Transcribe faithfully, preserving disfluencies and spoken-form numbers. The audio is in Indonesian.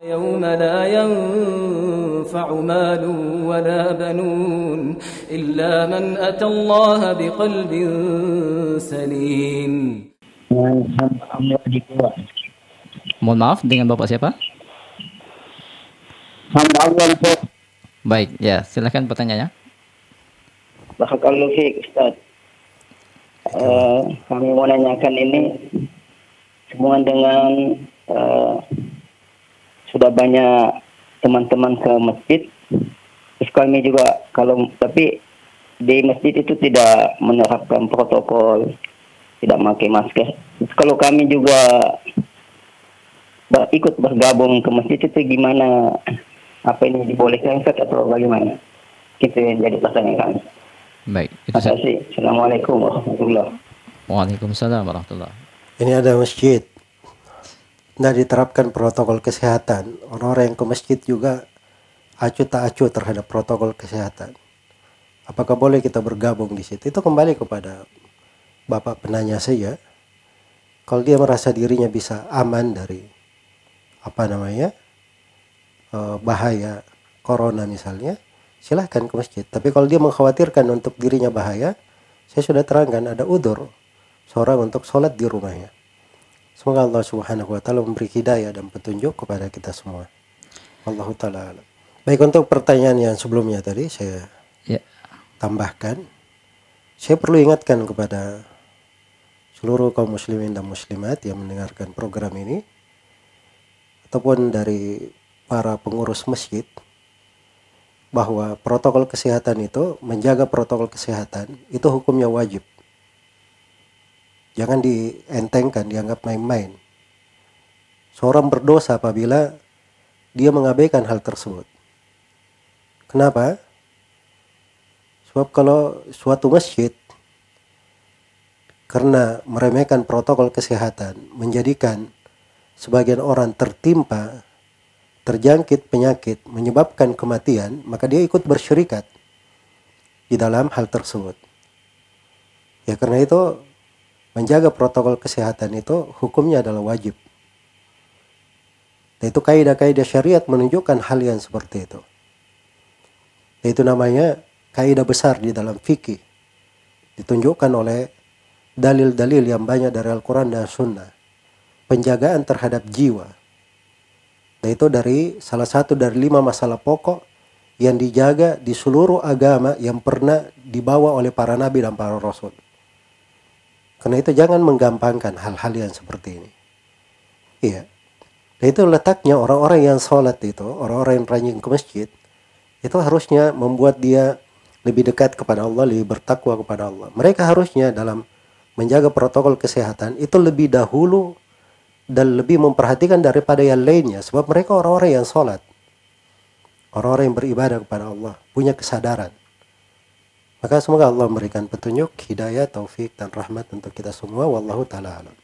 يوم لا ينفع مال ولا بنون إلا من أتى الله بقلب سليم. Mohon maaf, dengan Bapak siapa? Hamba Allah. Baik, ya, silakan pertanyaannya. Barakallahu fiik, Ustaz. Uh, kami mau nanyakan ini semua dengan uh, sudah banyak teman-teman ke masjid. Terus kami juga kalau tapi di masjid itu tidak menerapkan protokol, tidak pakai masker. Kalau kami juga ber, ikut bergabung ke masjid itu gimana? Apa ini dibolehkan atau bagaimana? Itu yang jadi pertanyaan kami. Baik, itu Terima kasih. Assalamualaikum warahmatullahi wabarakatuh. Waalaikumsalam warahmatullahi. Ini ada masjid, tidak diterapkan protokol kesehatan. Orang-orang yang ke masjid juga acuh tak acuh terhadap protokol kesehatan. Apakah boleh kita bergabung di situ? Itu kembali kepada Bapak penanya saja. Kalau dia merasa dirinya bisa aman dari apa namanya bahaya corona misalnya, silahkan ke masjid. Tapi kalau dia mengkhawatirkan untuk dirinya bahaya, saya sudah terangkan ada udzur seorang untuk sholat di rumahnya. Semoga Allah Subhanahu wa taala memberi hidayah dan petunjuk kepada kita semua. Wallahu taala alam. Baik, untuk pertanyaan yang sebelumnya tadi saya ya. tambahkan, saya perlu ingatkan kepada seluruh kaum muslimin dan muslimat yang mendengarkan program ini ataupun dari para pengurus masjid, bahwa protokol kesehatan itu, menjaga protokol kesehatan itu hukumnya wajib. Jangan dientengkan, dianggap main-main. Seorang berdosa apabila dia mengabaikan hal tersebut. Kenapa? Sebab kalau suatu masjid karena meremehkan protokol kesehatan menjadikan sebagian orang tertimpa, terjangkit penyakit, menyebabkan kematian, maka dia ikut bersyirikat di dalam hal tersebut. Ya, karena itu menjaga protokol kesehatan itu hukumnya adalah wajib. Dan itu kaidah-kaidah syariat menunjukkan hal yang seperti itu. Dan itu namanya kaidah besar di dalam fikih. Ditunjukkan oleh dalil-dalil yang banyak dari Al-Quran dan Sunnah. Penjagaan terhadap jiwa. Dan itu dari salah satu dari lima masalah pokok yang dijaga di seluruh agama yang pernah dibawa oleh para nabi dan para rasul. Karena itu jangan menggampangkan hal-hal yang seperti ini. Iya. Dan itu letaknya orang-orang yang sholat itu, orang-orang yang rajin ke masjid, itu harusnya membuat dia lebih dekat kepada Allah, lebih bertakwa kepada Allah. Mereka harusnya dalam menjaga protokol kesehatan itu lebih dahulu dan lebih memperhatikan daripada yang lainnya, sebab mereka orang-orang yang sholat, orang-orang yang beribadah kepada Allah, punya kesadaran. Maka semoga Allah memberikan petunjuk, hidayah, taufik dan rahmat untuk kita semua. Wallahu ta'ala alam.